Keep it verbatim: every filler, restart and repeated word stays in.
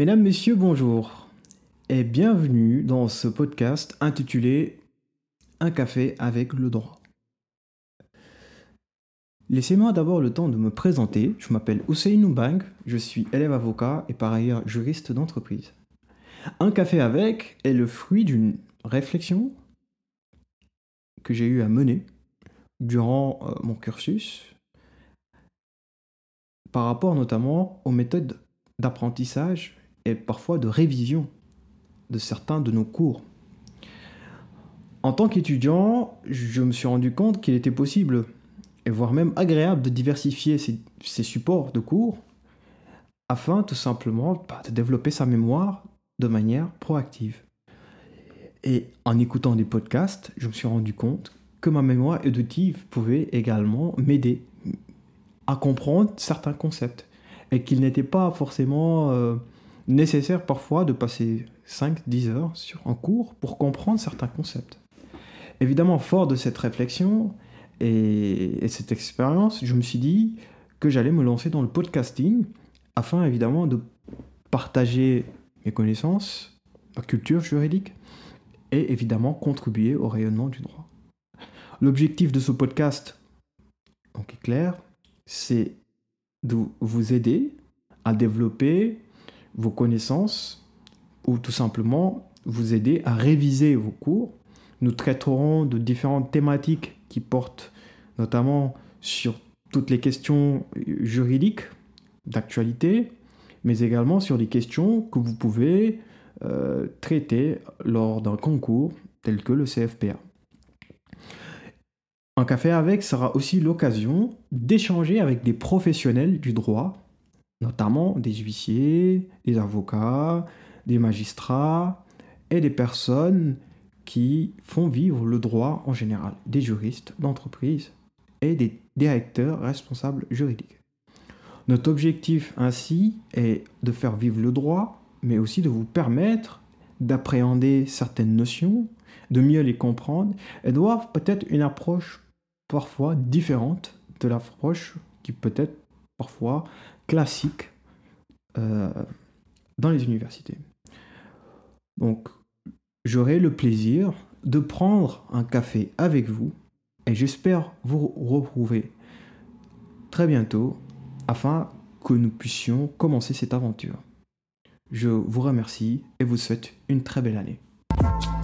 Mesdames, Messieurs, bonjour et bienvenue dans ce podcast intitulé Un café avec le droit. Laissez-moi d'abord le temps de me présenter. Je m'appelle Ousseynou Bang, je suis élève avocat et par ailleurs juriste d'entreprise. Un café avec est le fruit d'une réflexion que j'ai eu à mener durant euh, mon cursus par rapport notamment aux méthodes d'apprentissage et parfois de révision de certains de nos cours. En tant qu'étudiant, je me suis rendu compte qu'il était possible, et voire même agréable, de diversifier ces, ces supports de cours afin tout simplement bah, de développer sa mémoire de manière proactive. Et en écoutant des podcasts, je me suis rendu compte que ma mémoire auditive pouvait également m'aider à comprendre certains concepts et qu'il n'était pas forcément euh, nécessaire parfois de passer cinq à dix heures sur un cours pour comprendre certains concepts. Évidemment, fort de cette réflexion et, et cette expérience, je me suis dit que j'allais me lancer dans le podcasting afin évidemment de partager mes connaissances, ma culture juridique et évidemment contribuer au rayonnement du droit. L'objectif de ce podcast donc, est clair, c'est de vous aider à développer vos connaissances ou tout simplement vous aider à réviser vos cours. Nous traiterons de différentes thématiques qui portent notamment sur toutes les questions juridiques d'actualité, mais également sur les questions que vous pouvez euh, traiter lors d'un concours tel que le C F P A. Un café avec sera aussi l'occasion d'échanger avec des professionnels du droit, notamment des huissiers, des avocats, des magistrats et des personnes qui font vivre le droit en général, des juristes d'entreprise et des directeurs responsables juridiques. Notre objectif ainsi est de faire vivre le droit, mais aussi de vous permettre d'appréhender certaines notions, de mieux les comprendre et d'avoir peut-être une approche parfois différente de l'approche qui peut être parfois classique euh, dans les universités. Donc, j'aurai le plaisir de prendre un café avec vous et j'espère vous retrouver très bientôt afin que nous puissions commencer cette aventure. Je vous remercie et vous souhaite une très belle année.